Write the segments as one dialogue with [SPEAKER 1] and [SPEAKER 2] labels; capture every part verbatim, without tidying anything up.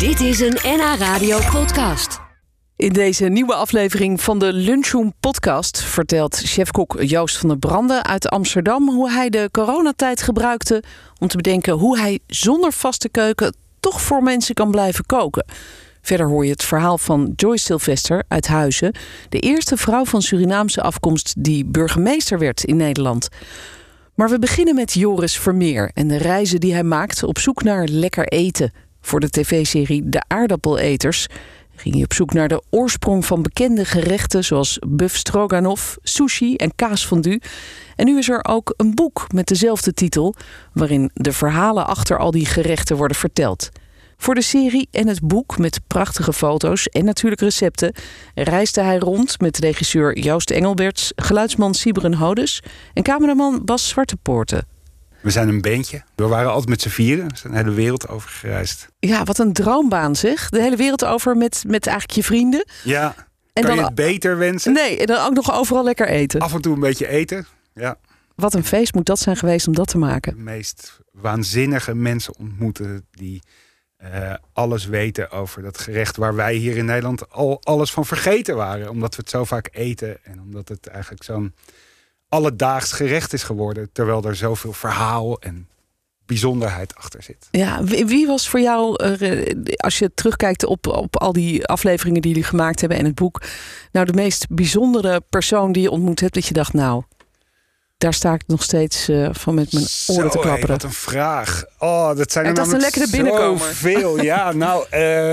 [SPEAKER 1] Dit is een N H Radio podcast.
[SPEAKER 2] In deze nieuwe aflevering van de Lunchroom podcast vertelt chefkok Joost van der Brande uit Amsterdam hoe hij de coronatijd gebruikte om te bedenken hoe hij zonder vaste keuken toch voor mensen kan blijven koken. Verder hoor je het verhaal van Joyce Sylvester uit Huizen, de eerste vrouw van Surinaamse afkomst die burgemeester werd in Nederland. Maar we beginnen met Joris Vermeer en de reizen die hij maakt op zoek naar lekker eten. Voor de tv-serie De Aardappeleters ging hij op zoek naar de oorsprong van bekende gerechten zoals bœuf stroganoff, sushi en kaasfondue. En nu is er ook een boek met dezelfde titel, waarin de verhalen achter al die gerechten worden verteld. Voor de serie en het boek met prachtige foto's en natuurlijk recepten reisde hij rond met regisseur Joost Engelberts, geluidsman Sybren Hodes en cameraman Bas Zwartepoorten.
[SPEAKER 3] We zijn een bandje. We waren altijd met z'n vieren. We zijn de hele wereld over gereisd.
[SPEAKER 2] Ja, wat een droombaan zeg. De hele wereld over met, met eigenlijk je vrienden.
[SPEAKER 3] Ja,
[SPEAKER 2] en
[SPEAKER 3] kan
[SPEAKER 2] dan
[SPEAKER 3] je het beter wensen?
[SPEAKER 2] Nee, en dan ook nog overal lekker eten.
[SPEAKER 3] Af en toe een beetje eten, ja.
[SPEAKER 2] Wat een feest moet dat zijn geweest om dat te maken.
[SPEAKER 3] De meest waanzinnige mensen ontmoeten die uh, alles weten over dat gerecht waar wij hier in Nederland al alles van vergeten waren. Omdat we het zo vaak eten en omdat het eigenlijk zo'n alledaags gerecht is geworden, terwijl er zoveel verhaal en bijzonderheid achter zit.
[SPEAKER 2] Ja, wie was voor jou, als je terugkijkt op, op al die afleveringen die jullie gemaakt hebben en het boek, nou de meest bijzondere persoon die je ontmoet hebt, dat je dacht, nou, daar sta ik nog steeds uh, van met mijn oren te klapperen.
[SPEAKER 3] Wat een vraag. Oh, dat zijn er
[SPEAKER 2] dat is een lekkere binnenkomer.
[SPEAKER 3] Zoveel. Ja, nou,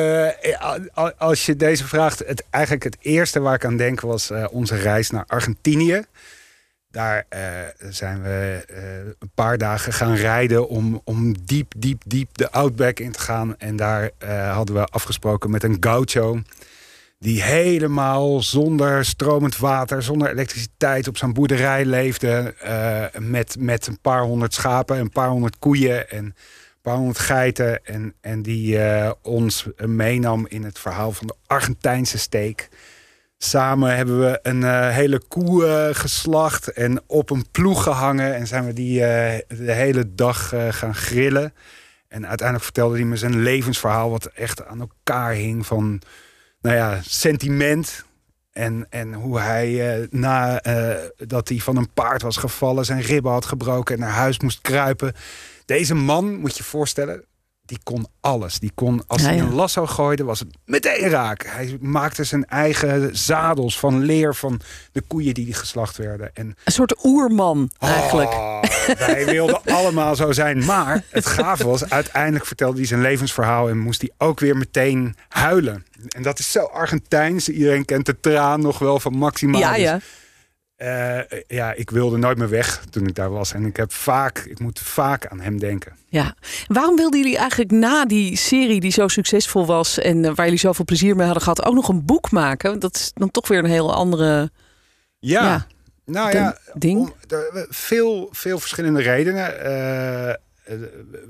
[SPEAKER 3] uh, als je deze vraagt, het, eigenlijk het eerste waar ik aan denk was uh, onze reis naar Argentinië. Daar uh, zijn we uh, een paar dagen gaan rijden om, om diep, diep, diep de Outback in te gaan. En daar uh, hadden we afgesproken met een gaucho die helemaal zonder stromend water, zonder elektriciteit op zijn boerderij leefde. Uh, met, met een paar honderd schapen, een paar honderd koeien en een paar honderd geiten. En, en die uh, ons meenam in het verhaal van de Argentijnse steak. Samen hebben we een uh, hele koe uh, geslacht en op een ploeg gehangen. En zijn we die uh, de hele dag uh, gaan grillen. En uiteindelijk vertelde hij me zijn levensverhaal, wat echt aan elkaar hing van, nou ja, sentiment. En, en hoe hij uh, na uh, dat hij van een paard was gevallen, zijn ribben had gebroken en naar huis moest kruipen. Deze man, moet je je voorstellen, die kon alles. Die kon, als
[SPEAKER 2] ja,
[SPEAKER 3] hij
[SPEAKER 2] ja.
[SPEAKER 3] een lasso gooide, was het meteen raak. Hij maakte zijn eigen zadels van leer van de koeien die, die geslacht werden. En,
[SPEAKER 2] een soort oerman eigenlijk.
[SPEAKER 3] Oh, wij wilden allemaal zo zijn. Maar het gaaf was, uiteindelijk vertelde hij zijn levensverhaal en moest hij ook weer meteen huilen. En dat is zo Argentijns. Iedereen kent de traan nog wel van Maximaal.
[SPEAKER 2] Ja, ja.
[SPEAKER 3] Uh, ja, ik wilde nooit meer weg toen ik daar was. En ik heb vaak, ik moet vaak aan hem denken.
[SPEAKER 2] Ja. Waarom wilden jullie eigenlijk na die serie die zo succesvol was en uh, waar jullie zoveel plezier mee hadden gehad, ook nog een boek maken? Dat is dan toch weer een heel andere
[SPEAKER 3] ja,
[SPEAKER 2] ja,
[SPEAKER 3] nou ja,
[SPEAKER 2] ding.
[SPEAKER 3] Om, er, veel, veel verschillende redenen. Uh, uh,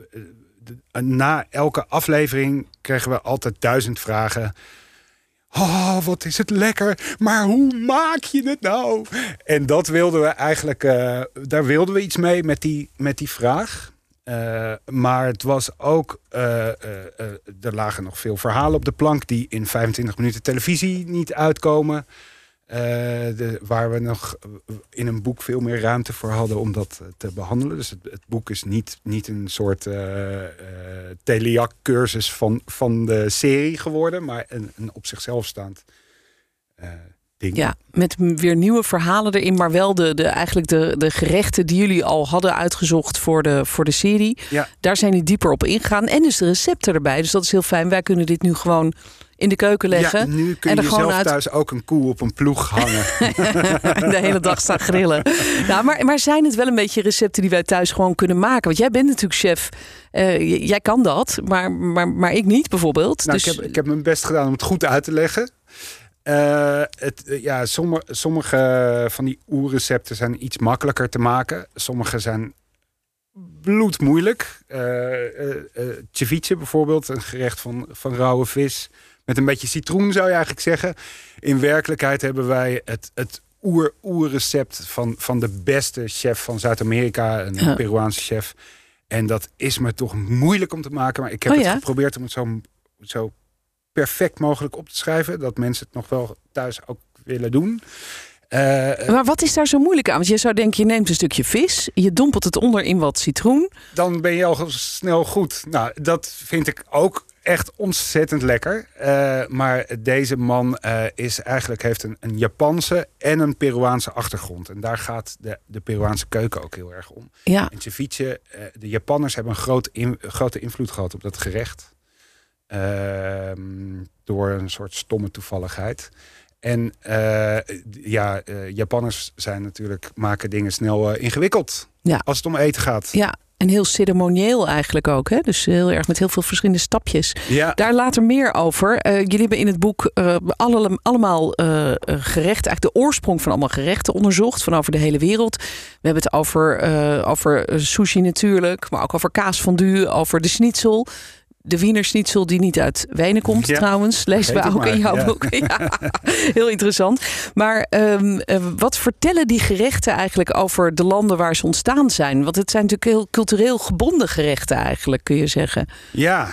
[SPEAKER 3] uh, na elke aflevering kregen we altijd duizend vragen. Oh, wat is het lekker. Maar hoe maak je het nou? En dat wilden we eigenlijk, uh, daar wilden we iets mee met die, met die vraag. Uh, maar het was ook, uh, uh, uh, er lagen nog veel verhalen op de plank die in vijfentwintig minuten televisie niet uitkomen. Uh, de, waar we nog in een boek veel meer ruimte voor hadden om dat te behandelen. Dus het, het boek is niet, niet een soort uh, uh, Teliac-cursus van, van de serie geworden, maar een, een op zichzelf staand uh, ding.
[SPEAKER 2] Ja, met weer nieuwe verhalen erin, maar wel de, de, eigenlijk de, de gerechten die jullie al hadden uitgezocht voor de, voor de serie.
[SPEAKER 3] Ja.
[SPEAKER 2] Daar zijn jullie dieper op ingegaan. En dus de recepten erbij. Dus dat is heel fijn. Wij kunnen dit nu gewoon in de keuken leggen.
[SPEAKER 3] Ja, nu kun je
[SPEAKER 2] en er
[SPEAKER 3] jezelf
[SPEAKER 2] uit...
[SPEAKER 3] thuis ook een koe op een ploeg hangen.
[SPEAKER 2] de hele dag staan grillen. Nou, maar, maar zijn het wel een beetje recepten die wij thuis gewoon kunnen maken? Want jij bent natuurlijk chef. Uh, jij kan dat, maar, maar, maar ik niet bijvoorbeeld.
[SPEAKER 3] Nou,
[SPEAKER 2] dus...
[SPEAKER 3] ik, heb, ik heb mijn best gedaan om het goed uit te leggen. Uh, het, ja, sommige, sommige van die oerrecepten zijn iets makkelijker te maken. Sommige zijn bloedmoeilijk. Uh, uh, uh, ceviche bijvoorbeeld, een gerecht van, van rauwe vis met een beetje citroen zou je eigenlijk zeggen. In werkelijkheid hebben wij het, het oer-oerrecept van, van de beste chef van Zuid-Amerika, een ja. Peruaanse chef. En dat is me toch moeilijk om te maken, maar ik heb
[SPEAKER 2] oh,
[SPEAKER 3] het
[SPEAKER 2] ja?
[SPEAKER 3] geprobeerd om het zo zo perfect mogelijk op te schrijven. Dat mensen het nog wel thuis ook willen doen. Uh,
[SPEAKER 2] maar wat is daar zo moeilijk aan? Want je zou denken, je neemt een stukje vis, je dompelt het onder in wat citroen.
[SPEAKER 3] Dan ben je al snel goed. Nou, dat vind ik ook echt ontzettend lekker. Uh, maar deze man uh, is eigenlijk heeft een, een Japanse en een Peruaanse achtergrond. En daar gaat de, de Peruaanse keuken ook heel erg om.
[SPEAKER 2] Ja.
[SPEAKER 3] En ceviche, uh, de Japanners hebben een groot in, grote invloed gehad op dat gerecht. Uh, door een soort stomme toevalligheid. En uh, ja, uh, Japanners zijn natuurlijk, maken dingen snel uh, ingewikkeld. Ja. Als het om eten gaat.
[SPEAKER 2] Ja, en heel ceremonieel eigenlijk ook. Hè? Dus heel erg met heel veel verschillende stapjes. Ja. Daar later meer over. Uh, jullie hebben in het boek uh, alle, allemaal uh, gerechten, eigenlijk de oorsprong van allemaal gerechten onderzocht. Van over de hele wereld. We hebben het over, uh, over sushi natuurlijk. Maar ook over kaasfondue, over de schnitzel. De Wiener Schnitzel die niet uit Wenen komt, ja, trouwens. Lezen we ook maar in jouw ja. boek. Ja, heel interessant. Maar um, uh, wat vertellen die gerechten eigenlijk over de landen waar ze ontstaan zijn? Want het zijn natuurlijk heel cultureel gebonden gerechten eigenlijk, kun je zeggen.
[SPEAKER 3] Ja.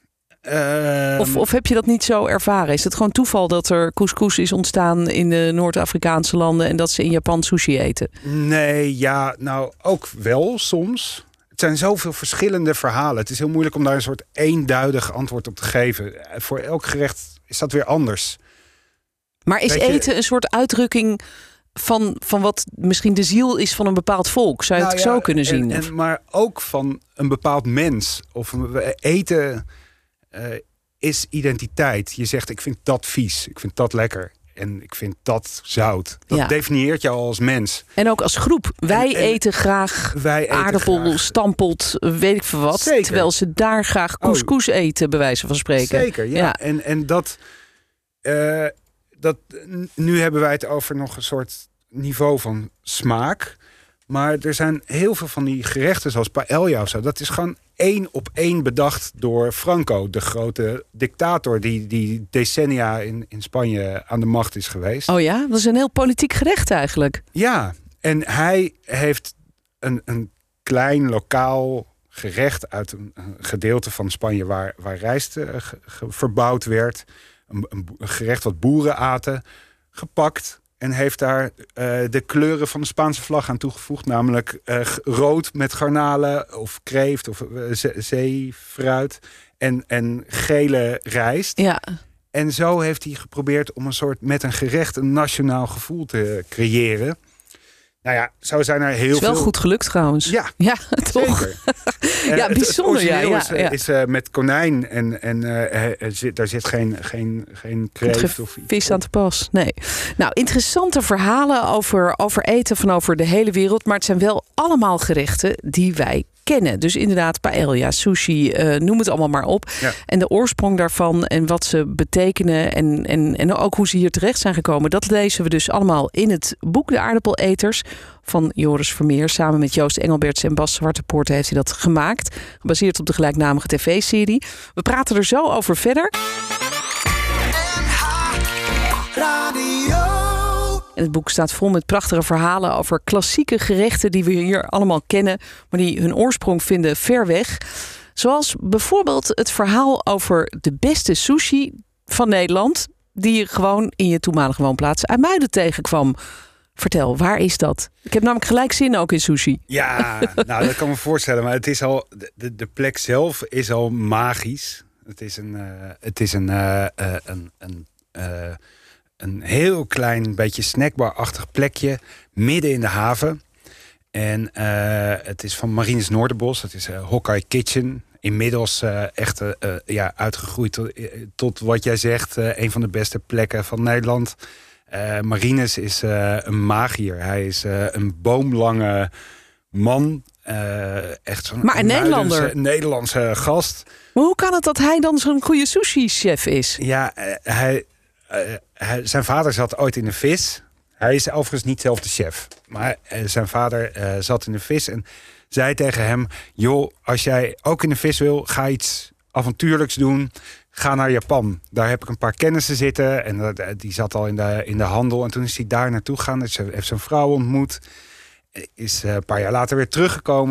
[SPEAKER 3] Um...
[SPEAKER 2] Of, of heb je dat niet zo ervaren? Is het gewoon toeval dat er couscous is ontstaan in de Noord-Afrikaanse landen en dat ze in Japan sushi eten?
[SPEAKER 3] Nee, ja, nou ook wel soms. Het zijn zoveel verschillende verhalen. Het is heel moeilijk om daar een soort eenduidig antwoord op te geven. Voor elk gerecht is dat weer anders.
[SPEAKER 2] Maar is Weet eten je... een soort uitdrukking van, van wat misschien de ziel is van een bepaald volk? Zou je nou het ja, zo kunnen zien?
[SPEAKER 3] En, en, maar ook van een bepaald mens. Of eten uh, is identiteit. Je zegt, ik vind dat vies. Ik vind dat lekker. En ik vind dat zout. Dat ja. definieert jou als mens.
[SPEAKER 2] En ook als groep. Wij en, en eten graag wij eten aardappel, graag. stampot, weet ik veel wat. Zeker. Terwijl ze daar graag couscous oh. eten, bij wijze van spreken.
[SPEAKER 3] Zeker, ja. ja. En, en dat, uh, dat... Nu hebben wij het over nog een soort niveau van smaak. Maar er zijn heel veel van die gerechten, zoals paella of zo. Dat is gewoon één op één bedacht door Franco, de grote dictator die, die decennia in, in Spanje aan de macht is geweest.
[SPEAKER 2] Oh ja, dat is een heel politiek gerecht eigenlijk.
[SPEAKER 3] Ja, en hij heeft een, een klein lokaal gerecht uit een, een gedeelte van Spanje waar, waar rijst uh, ge, ge, verbouwd werd. Een, een gerecht wat boeren aten, gepakt. En heeft daar uh, de kleuren van de Spaanse vlag aan toegevoegd. Namelijk uh, rood met garnalen of kreeft of uh, ze- zeefruit. En, en gele rijst.
[SPEAKER 2] Ja.
[SPEAKER 3] En zo heeft hij geprobeerd om een soort met een gerecht een nationaal gevoel te creëren. Nou ja, zo zijn er heel veel... Het
[SPEAKER 2] is wel
[SPEAKER 3] veel...
[SPEAKER 2] goed gelukt trouwens.
[SPEAKER 3] Ja,
[SPEAKER 2] ja toch?
[SPEAKER 3] zeker.
[SPEAKER 2] ja, bijzonder.
[SPEAKER 3] Het, het
[SPEAKER 2] ja, ja,
[SPEAKER 3] is,
[SPEAKER 2] ja.
[SPEAKER 3] is uh, met konijn en, en uh, zit, daar zit geen, geen, geen kreeft of iets.
[SPEAKER 2] Vis aan te pas. Nee. Nou, interessante verhalen over, over eten van over de hele wereld. Maar het zijn wel allemaal gerechten die wij kennen. Dus inderdaad paella, sushi, uh, noem het allemaal maar op. Ja. En de oorsprong daarvan en wat ze betekenen en, en, en ook hoe ze hier terecht zijn gekomen. Dat lezen we dus allemaal in het boek De Aardappeleters van Joris Vermeer. Samen met Joost Engelberts en Bas Zwartepoorte heeft hij dat gemaakt. Gebaseerd op de gelijknamige tv-serie. We praten er zo over verder. En het boek staat vol met prachtige verhalen over klassieke gerechten die we hier allemaal kennen, maar die hun oorsprong vinden ver weg. Zoals bijvoorbeeld het verhaal over de beste sushi van Nederland, die je gewoon in je toenmalige woonplaats IJmuiden tegenkwam. Vertel, waar is dat? Ik heb namelijk gelijk zin ook in sushi.
[SPEAKER 3] Ja, nou dat kan me voorstellen, maar het is al de, de plek zelf is al magisch. Het is een, uh, het is een, uh, uh, een, een uh, Een heel klein beetje snackbar-achtig plekje midden in de haven. En uh, het is van Marines Noorderbos. Het is uh, Hokkai Kitchen. Inmiddels uh, echt uh, ja, uitgegroeid tot, uh, tot wat jij zegt. Uh, een van de beste plekken van Nederland. Uh, Marines is uh, een magier. Hij is uh, een boomlange man. Uh, echt zo'n
[SPEAKER 2] maar een Nederlander.
[SPEAKER 3] Nederlandse gast.
[SPEAKER 2] Maar hoe kan het dat hij dan zo'n goede sushi-chef is?
[SPEAKER 3] Ja, uh, hij... Uh, hij, zijn vader zat ooit in de vis. Hij is overigens niet zelf de chef. Maar uh, zijn vader uh, zat in de vis en zei tegen hem... joh, als jij ook in de vis wil, ga iets avontuurlijks doen. Ga naar Japan. Daar heb ik een paar kennissen zitten. En uh, die zat al in de, in de handel. En toen is hij daar naartoe gegaan. Dus hij heeft zijn vrouw ontmoet. Is uh, een paar jaar later weer teruggekomen.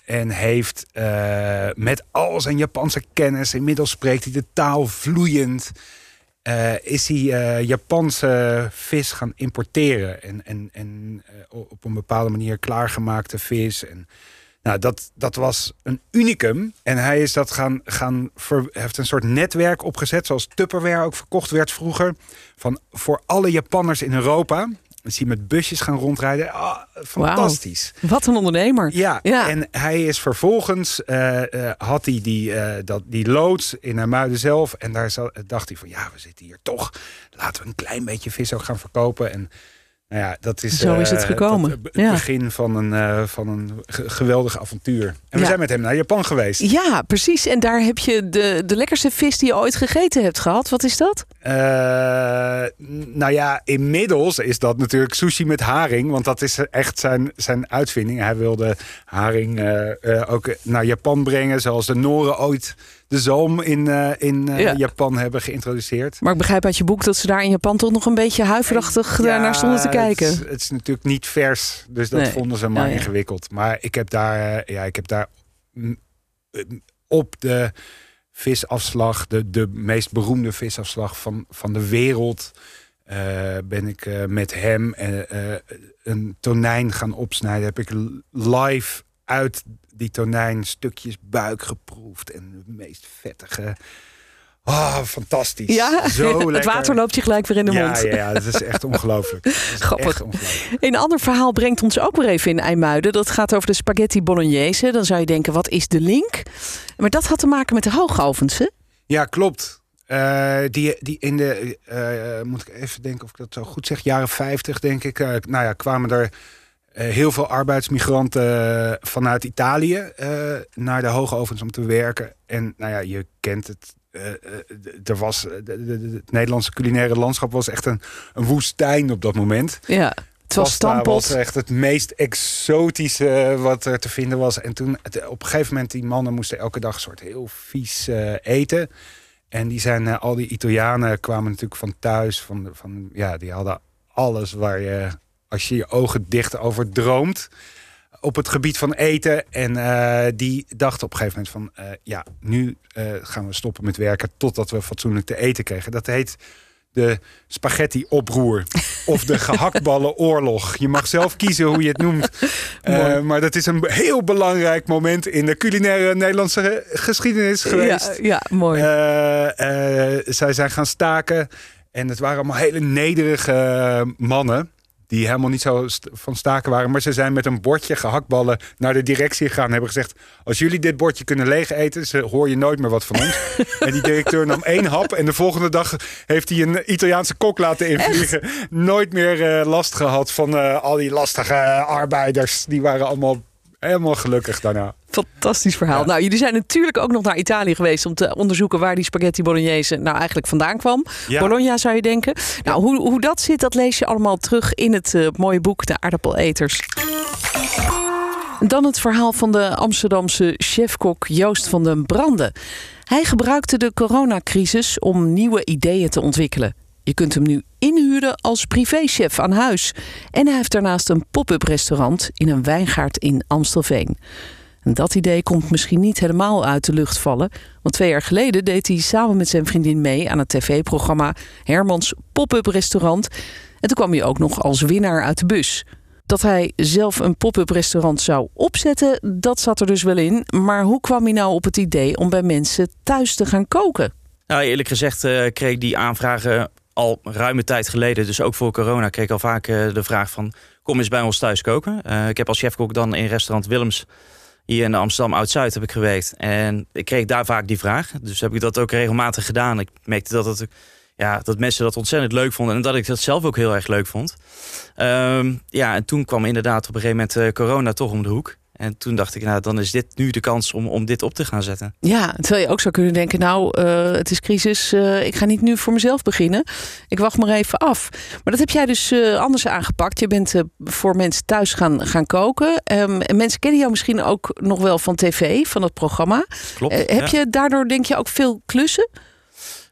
[SPEAKER 3] en heeft uh, met al zijn Japanse kennis, inmiddels spreekt hij de taal vloeiend, uh, is hij uh, Japanse vis gaan importeren. En, en, en uh, op een bepaalde manier klaargemaakte vis. En, nou, dat, dat was een unicum. En hij is dat gaan, gaan ver, heeft een soort netwerk opgezet, zoals Tupperware ook verkocht werd vroeger, van voor alle Japanners in Europa. Is hij met busjes gaan rondrijden. Oh, fantastisch.
[SPEAKER 2] Wow, wat een ondernemer.
[SPEAKER 3] Ja, ja, en hij is vervolgens, uh, uh, had hij die, uh, dat, die loods in IJmuiden zelf. En daar dacht hij van, ja, we zitten hier toch. Laten we een klein beetje vis ook gaan verkopen. En nou ja, dat is,
[SPEAKER 2] Zo is het
[SPEAKER 3] uh,
[SPEAKER 2] gekomen.
[SPEAKER 3] Dat, het
[SPEAKER 2] ja.
[SPEAKER 3] begin van een, uh, van een ge- geweldig avontuur. En we
[SPEAKER 2] ja.
[SPEAKER 3] zijn met hem naar Japan geweest.
[SPEAKER 2] Ja, precies. En daar heb je de, de lekkerste vis die je ooit gegeten hebt gehad. Wat is dat?
[SPEAKER 3] Uh, nou ja, inmiddels is dat natuurlijk sushi met haring. Want dat is echt zijn, zijn uitvinding. Hij wilde haring uh, uh, ook naar Japan brengen. Zoals de Noren ooit de zalm in, uh, in uh, ja. Japan hebben geïntroduceerd.
[SPEAKER 2] Maar ik begrijp uit je boek dat ze daar in Japan toch nog een beetje huiverachtig ja, naar stonden te kijken.
[SPEAKER 3] Het is, het is natuurlijk niet vers. Dus dat nee. vonden ze maar oh, ja. ingewikkeld. Maar ik heb daar, uh, ja, ik heb daar m- op de visafslag, de, de meest beroemde visafslag van, van de wereld, uh, ben ik uh, met hem uh, uh, een tonijn gaan opsnijden. Heb ik live uit die tonijn stukjes buik geproefd en de meest vettige. Oh, fantastisch.
[SPEAKER 2] Ja,
[SPEAKER 3] zo lekker.
[SPEAKER 2] Het water loopt je gelijk weer in de
[SPEAKER 3] ja,
[SPEAKER 2] mond.
[SPEAKER 3] Ja, ja, dat is echt ongelooflijk.
[SPEAKER 2] Grappig.
[SPEAKER 3] Echt ongelooflijk.
[SPEAKER 2] Een ander verhaal brengt ons ook weer even in IJmuiden. Dat gaat over de spaghetti bolognese. Dan zou je denken, wat is de link? Maar dat had te maken met de hoogovens, hè?
[SPEAKER 3] Ja, klopt. Uh, die, die in de, uh, moet ik even denken of ik dat zo goed zeg, jaren vijftig denk ik. Uh, nou ja, kwamen er uh, heel veel arbeidsmigranten uh, vanuit Italië uh, naar de hoogovens om te werken. En nou ja, je kent het. Uh, er was, de, de, de, het Nederlandse culinaire landschap was echt een, een woestijn op dat moment.
[SPEAKER 2] Ja, het was stampot.
[SPEAKER 3] was echt het meest exotische wat er te vinden was. En toen, op een gegeven moment, die mannen moesten elke dag een soort heel vies uh, eten. En die zijn, uh, al die Italianen kwamen natuurlijk van thuis. Van, van, ja, die hadden alles waar je, als je je ogen dicht over droomt, op het gebied van eten. En uh, die dachten op een gegeven moment van, uh, ja, nu uh, gaan we stoppen met werken totdat we fatsoenlijk te eten kregen. Dat heet de spaghetti-oproer of de gehaktballenoorlog. Je mag zelf kiezen hoe je het noemt. Uh, maar dat is een heel belangrijk moment in de culinaire Nederlandse geschiedenis geweest.
[SPEAKER 2] Ja, ja mooi.
[SPEAKER 3] Uh, uh, zij zijn gaan staken en het waren allemaal hele nederige mannen die helemaal niet zo st- van staken waren. Maar ze zijn met een bordje gehaktballen naar de directie gegaan en hebben gezegd, als jullie dit bordje kunnen leeg eten, ze hoor je nooit meer wat van ons. En die directeur nam één hap en de volgende dag heeft hij een Italiaanse kok laten invliegen. Echt? Nooit meer uh, last gehad van uh, al die lastige uh, arbeiders. Die waren allemaal helemaal gelukkig daarna.
[SPEAKER 2] Fantastisch verhaal. Ja. Nou, jullie zijn natuurlijk ook nog naar Italië geweest om te onderzoeken waar die spaghetti bolognese nou eigenlijk vandaan kwam. Ja. Bologna zou je denken. Ja. Nou, hoe, hoe dat zit, dat lees je allemaal terug in het uh, mooie boek De Aardappeleters. Dan het verhaal van de Amsterdamse chefkok Joost van den Brande. Hij gebruikte de coronacrisis om nieuwe ideeën te ontwikkelen. Je kunt hem nu inhuren als privéchef aan huis. En hij heeft daarnaast een pop-up restaurant in een wijngaard in Amstelveen. En dat idee komt misschien niet helemaal uit de lucht vallen. Want twee jaar geleden deed hij samen met zijn vriendin mee aan het tv-programma Hermans Pop-up Restaurant. En toen kwam hij ook nog als winnaar uit de bus. Dat hij zelf een pop-up restaurant zou opzetten, dat zat er dus wel in. Maar hoe kwam hij nou op het idee om bij mensen thuis te gaan koken?
[SPEAKER 4] Nou, eerlijk gezegd uh, kreeg ik die aanvragen al ruime tijd geleden. Dus ook voor corona kreeg ik al vaak uh, de vraag van, kom eens bij ons thuis koken. Uh, ik heb als chefkok dan in restaurant Willems hier in Amsterdam Oud-Zuid heb ik gewerkt. En ik kreeg daar vaak die vraag. Dus heb ik dat ook regelmatig gedaan. Ik merkte dat, het, ja, dat mensen dat ontzettend leuk vonden. En dat ik dat zelf ook heel erg leuk vond. Um, ja, en toen kwam inderdaad op een gegeven moment uh, corona toch om de hoek. En toen dacht ik, nou, dan is dit nu de kans om, om dit op te gaan zetten.
[SPEAKER 2] Ja, terwijl je ook zou kunnen denken, nou, uh, het is crisis. Uh, ik ga niet nu voor mezelf beginnen. Ik wacht maar even af. Maar dat heb jij dus uh, anders aangepakt. Je bent uh, voor mensen thuis gaan, gaan koken. Um, en mensen kennen jou misschien ook nog wel van tv, van het programma.
[SPEAKER 4] Klopt.
[SPEAKER 2] Uh, heb
[SPEAKER 4] ja.
[SPEAKER 2] je daardoor, denk je, ook veel klussen?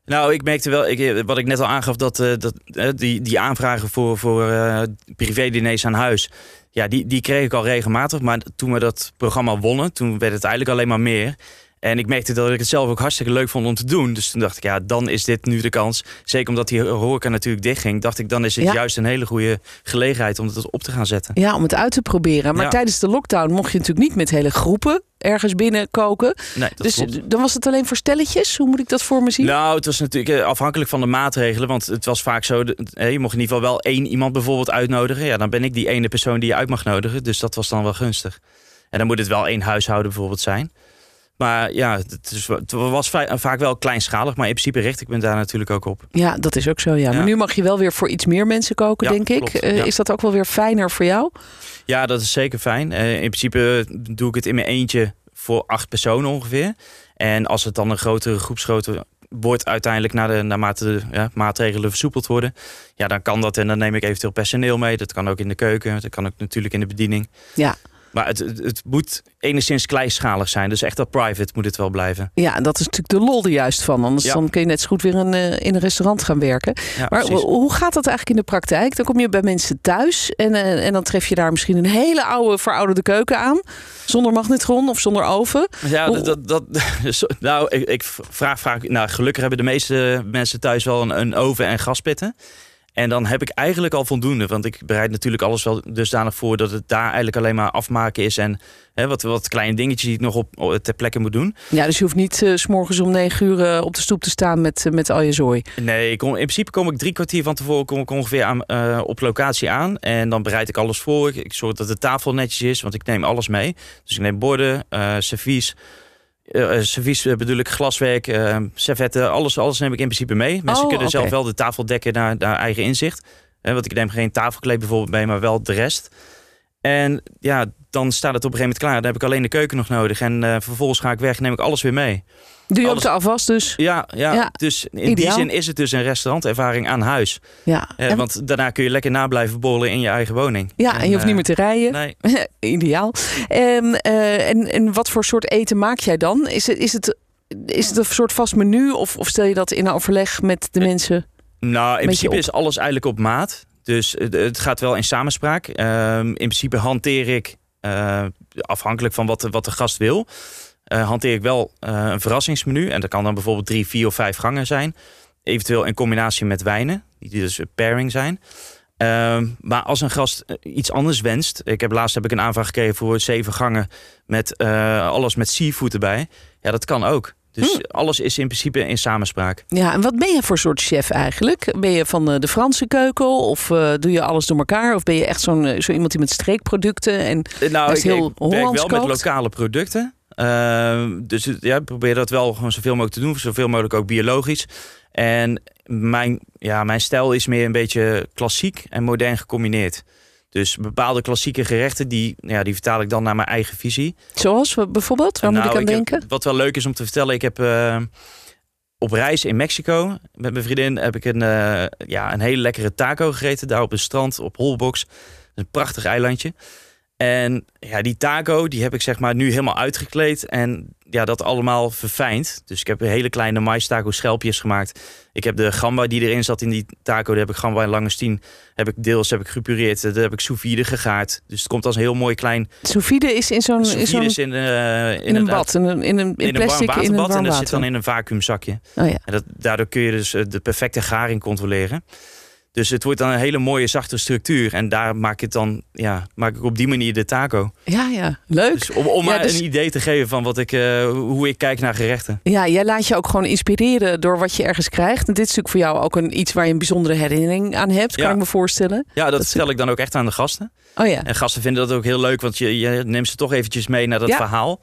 [SPEAKER 4] Nou, ik merkte wel, ik, wat ik net al aangaf, dat, uh, dat uh, die, die aanvragen voor, voor uh, privé-diners aan huis, ja, die, die kreeg ik al regelmatig. Maar toen we dat programma wonnen, toen werd het eigenlijk alleen maar meer. En ik merkte dat ik het zelf ook hartstikke leuk vond om te doen. Dus toen dacht ik, ja, dan is dit nu de kans. Zeker omdat die horeca natuurlijk dichtging. Dacht ik, dan is het ja. juist een hele goede gelegenheid om het op te gaan zetten.
[SPEAKER 2] Ja, om het uit te proberen. Maar ja. tijdens de lockdown mocht je natuurlijk niet met hele groepen ergens binnen koken.
[SPEAKER 4] Nee, dat
[SPEAKER 2] dus
[SPEAKER 4] klopt.
[SPEAKER 2] Dan was het alleen voor stelletjes? Hoe moet ik dat voor me zien?
[SPEAKER 4] Nou, het was natuurlijk afhankelijk van de maatregelen. Want het was vaak zo, je mocht in ieder geval wel één iemand bijvoorbeeld uitnodigen. Ja, dan ben ik die ene persoon die je uit mag nodigen. Dus dat was dan wel gunstig. En dan moet het wel één huishouden bijvoorbeeld zijn. Maar ja, het, is, het was vaak wel kleinschalig. Maar in principe richt ik me daar natuurlijk ook op.
[SPEAKER 2] Ja, dat is ook zo, ja. ja. Maar nu mag je wel weer voor iets meer mensen koken, ja, denk ik.
[SPEAKER 4] Klopt,
[SPEAKER 2] uh,
[SPEAKER 4] ja.
[SPEAKER 2] Is dat ook wel weer fijner voor jou?
[SPEAKER 4] Ja, dat is zeker fijn. Uh, in principe doe ik het in mijn eentje voor acht personen ongeveer. En als het dan een grotere groepsgrootte wordt uiteindelijk naar de, naarmate de ja, maatregelen versoepeld worden. Ja, dan kan dat en dan neem ik eventueel personeel mee. Dat kan ook in de keuken, dat kan ook natuurlijk in de bediening. Ja. Maar het, het, het moet enigszins kleinschalig zijn. Dus echt dat private moet het wel blijven.
[SPEAKER 2] Ja, dat is natuurlijk de lol er juist van. Anders ja. dan kun je net zo goed weer een, uh, in een restaurant gaan werken. Ja, maar precies. Hoe gaat dat eigenlijk in de praktijk? Dan kom je bij mensen thuis en, uh, en dan tref je daar misschien een hele oude, verouderde keuken aan. Zonder magnetron of zonder oven.
[SPEAKER 4] Ja,
[SPEAKER 2] hoe...
[SPEAKER 4] dat, dat, nou, ik, ik vraag vaak. Nou, gelukkig hebben de meeste mensen thuis wel een, een oven en gaspitten. En dan heb ik eigenlijk al voldoende. Want ik bereid natuurlijk alles wel dusdanig voor dat het daar eigenlijk alleen maar afmaken is. En hè, wat, wat kleine dingetjes die ik nog op, op ter plekke moet doen.
[SPEAKER 2] Ja, dus je hoeft niet uh, 's morgens om negen uur uh, op de stoep te staan met, uh, met al je zooi.
[SPEAKER 4] Nee, ik kom, in principe kom ik drie kwartier van tevoren kom ik ongeveer aan, uh, op locatie aan. En dan bereid ik alles voor. Ik, ik zorg dat de tafel netjes is, want ik neem alles mee. Dus ik neem borden, uh, servies. Uh, servies uh, bedoel ik, glaswerk, uh, servetten, alles, alles neem ik in principe mee. Mensen
[SPEAKER 2] oh,
[SPEAKER 4] kunnen
[SPEAKER 2] okay.
[SPEAKER 4] zelf wel de tafel dekken naar, naar eigen inzicht. Uh, want ik neem geen tafelkleed bijvoorbeeld mee, maar wel de rest. En ja, dan staat het op een gegeven moment klaar. Dan heb ik alleen de keuken nog nodig. En uh, vervolgens ga ik weg, neem ik alles weer mee.
[SPEAKER 2] Doe je
[SPEAKER 4] alles...
[SPEAKER 2] ook de afwas dus?
[SPEAKER 4] Ja, ja, ja. Dus in Ideaal. die zin is het dus een restaurantervaring aan huis. Ja. Uh, en... Want daarna kun je lekker na blijven borrelen in je eigen woning.
[SPEAKER 2] Ja, en, en je hoeft uh, niet meer te rijden.
[SPEAKER 4] Nee.
[SPEAKER 2] Ideaal. Um, uh, en, en wat voor soort eten maak jij dan? Is het, is het, is het een soort vast menu? Of, of stel je dat in overleg met de mensen?
[SPEAKER 4] Nou, in principe op? is alles eigenlijk op maat. Dus het, het gaat wel in samenspraak. Um, in principe hanteer ik, uh, afhankelijk van wat de, wat de gast wil... Uh, hanteer ik wel uh, een verrassingsmenu. En dat kan dan bijvoorbeeld drie, vier of vijf gangen zijn. Eventueel in combinatie met wijnen. Die dus pairing zijn. Uh, maar als een gast iets anders wenst. Ik heb laatst heb ik een aanvraag gekregen voor zeven gangen. Met uh, alles met seafood erbij. Ja, dat kan ook. Dus hmm. alles is in principe in samenspraak.
[SPEAKER 2] Ja, en wat ben je voor soort chef eigenlijk? Ben je van de Franse keuken? Of uh, doe je alles door elkaar? Of ben je echt zo'n, zo iemand die met streekproducten? En
[SPEAKER 4] nou, ik,
[SPEAKER 2] heel
[SPEAKER 4] ik werk wel
[SPEAKER 2] kookt?
[SPEAKER 4] met lokale producten. Uh, dus ja, ik probeer dat wel gewoon zoveel mogelijk te doen. Zoveel mogelijk ook biologisch. En mijn, ja, mijn stijl is meer een beetje klassiek en modern gecombineerd. Dus bepaalde klassieke gerechten, die, ja, die vertaal ik dan naar mijn eigen visie.
[SPEAKER 2] Zoals bijvoorbeeld? Waar nou, moet ik aan ik denken?
[SPEAKER 4] Heb, wat wel leuk is om te vertellen, ik heb uh, op reis in Mexico met mijn vriendin heb ik een, uh, ja, een hele lekkere taco gegeten. Daar op een strand op Holbox. Een prachtig eilandje. En ja, die taco, die heb ik zeg maar nu helemaal uitgekleed en ja, dat allemaal verfijnd. Dus ik heb hele kleine mais taco schelpjes gemaakt. Ik heb de gamba die erin zat in die taco, daar heb ik gamba en langoustine, heb ik deels heb ik gepureerd, daar heb ik sous vide gegaard. Dus het komt als een heel mooi klein.
[SPEAKER 2] Sous vide is in zo'n
[SPEAKER 4] sous vide is in, uh, in,
[SPEAKER 2] in een bad, in een, in een in plastic,
[SPEAKER 4] in een warm
[SPEAKER 2] in een warm
[SPEAKER 4] en dat
[SPEAKER 2] water.
[SPEAKER 4] zit dan in een vacuümzakje.
[SPEAKER 2] Oh ja.
[SPEAKER 4] En dat, daardoor kun je dus de perfecte garing controleren. Dus het wordt dan een hele mooie zachte structuur. En daar maak ik het dan, ja, maak ik op die manier de taco.
[SPEAKER 2] Ja, ja, leuk.
[SPEAKER 4] Dus om om
[SPEAKER 2] ja,
[SPEAKER 4] maar
[SPEAKER 2] dus...
[SPEAKER 4] een idee te geven van wat ik, uh, hoe ik kijk naar gerechten.
[SPEAKER 2] Ja, jij laat je ook gewoon inspireren door wat je ergens krijgt. En dit is natuurlijk voor jou ook een, iets waar je een bijzondere herinnering aan hebt, kan ja. ik me voorstellen.
[SPEAKER 4] Ja, dat, dat
[SPEAKER 2] vertel
[SPEAKER 4] ik dan ook echt aan de gasten.
[SPEAKER 2] Oh ja.
[SPEAKER 4] En gasten vinden dat ook heel leuk, want je, je neemt ze toch eventjes mee naar dat ja. verhaal.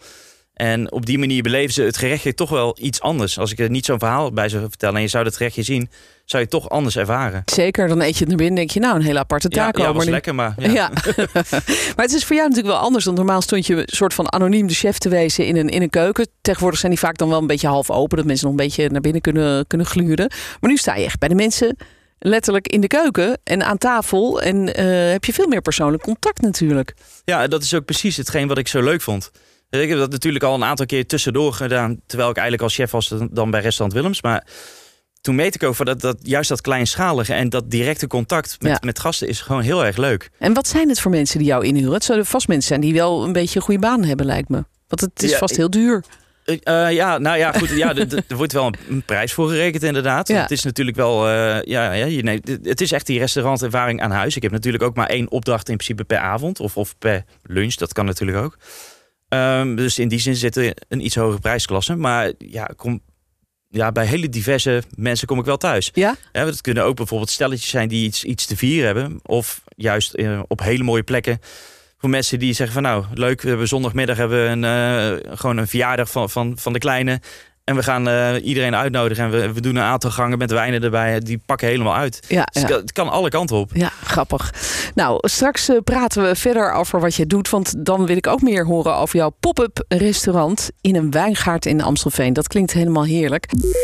[SPEAKER 4] En op die manier beleven ze het gerechtje toch wel iets anders. Als ik er niet zo'n verhaal bij zou vertellen en je zou het gerechtje zien, zou je het toch anders ervaren.
[SPEAKER 2] Zeker, dan eet je het naar binnen en denk je, nou, een hele aparte taco.
[SPEAKER 4] Ja, ja was
[SPEAKER 2] maar
[SPEAKER 4] lekker, maar... Ja.
[SPEAKER 2] Ja. Maar het is voor jou natuurlijk wel anders. Want normaal stond je een soort van anoniem de chef te wezen in een, in een keuken. Tegenwoordig zijn die vaak dan wel een beetje half open, dat mensen nog een beetje naar binnen kunnen, kunnen gluren. Maar nu sta je echt bij de mensen letterlijk in de keuken en aan tafel. En uh, heb je veel meer persoonlijk contact natuurlijk.
[SPEAKER 4] Ja, dat is ook precies hetgeen wat ik zo leuk vond. Ik heb dat natuurlijk al een aantal keer tussendoor gedaan, terwijl ik eigenlijk als chef was dan bij restaurant Willems. Maar toen meet ik over dat, dat juist dat kleinschalige en dat directe contact met,
[SPEAKER 2] Ja.
[SPEAKER 4] met gasten is gewoon heel erg leuk.
[SPEAKER 2] En wat zijn het voor mensen die jou inhuren? Het zullen vast mensen zijn die wel een beetje een goede baan hebben, lijkt me. Want het is
[SPEAKER 4] Ja,
[SPEAKER 2] vast heel duur.
[SPEAKER 4] Uh, uh, ja, nou ja, goed. Ja, d- d- er wordt wel een, een prijs voor gerekend, inderdaad.
[SPEAKER 2] Ja.
[SPEAKER 4] Het is natuurlijk wel. Uh, ja, ja, je, nee, d- het is echt die restaurantervaring aan huis. Ik heb natuurlijk ook maar één opdracht in principe per avond of, of per lunch. Dat kan natuurlijk ook. Um, dus in die zin zit er een iets hogere prijsklasse. Maar ja, kom, ja, bij hele diverse mensen kom ik wel thuis.
[SPEAKER 2] Ja?
[SPEAKER 4] Ja, het kunnen ook bijvoorbeeld stelletjes zijn die iets, iets te vieren hebben. Of juist uh, op hele mooie plekken. Voor mensen die zeggen van nou, leuk, we hebben zondagmiddag hebben we een, uh, gewoon een verjaardag van, van, van de kleine. En we gaan uh, iedereen uitnodigen en we, we doen een aantal gangen met wijnen erbij. Die pakken helemaal uit.
[SPEAKER 2] Ja,
[SPEAKER 4] Dus
[SPEAKER 2] ja.
[SPEAKER 4] het kan alle kanten op.
[SPEAKER 2] Ja, grappig. Nou, straks uh, praten we verder over wat je doet. Want dan wil ik ook meer horen over jouw pop-up restaurant in een wijngaard in Amstelveen. Dat klinkt helemaal heerlijk.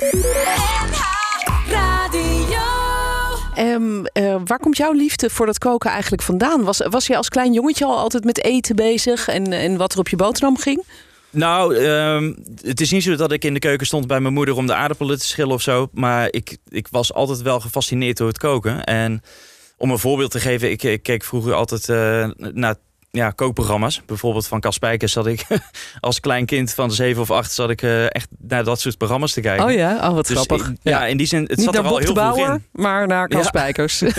[SPEAKER 2] Um, uh, waar komt jouw liefde voor dat koken eigenlijk vandaan? Was, was je als klein jongetje al altijd met eten bezig en, en wat er op je boterham ging?
[SPEAKER 4] Nou, um, het is niet zo dat ik in de keuken stond bij mijn moeder om de aardappelen te schillen of zo. Maar ik, ik was altijd wel gefascineerd door het koken. En om een voorbeeld te geven, ik, ik keek vroeger altijd uh, naar ja, kookprogramma's. Bijvoorbeeld van Cas Spijkers zat ik als klein kind van zeven of acht zat ik uh, echt naar dat soort programma's te kijken.
[SPEAKER 2] Oh ja, oh wat
[SPEAKER 4] dus
[SPEAKER 2] grappig.
[SPEAKER 4] In, ja. ja, in die zin, het
[SPEAKER 2] niet
[SPEAKER 4] zat
[SPEAKER 2] naar
[SPEAKER 4] er al
[SPEAKER 2] Bob
[SPEAKER 4] heel
[SPEAKER 2] de
[SPEAKER 4] vroeg
[SPEAKER 2] Bauer,
[SPEAKER 4] in.
[SPEAKER 2] maar naar Cas
[SPEAKER 4] Ja.
[SPEAKER 2] Spijkers. ja,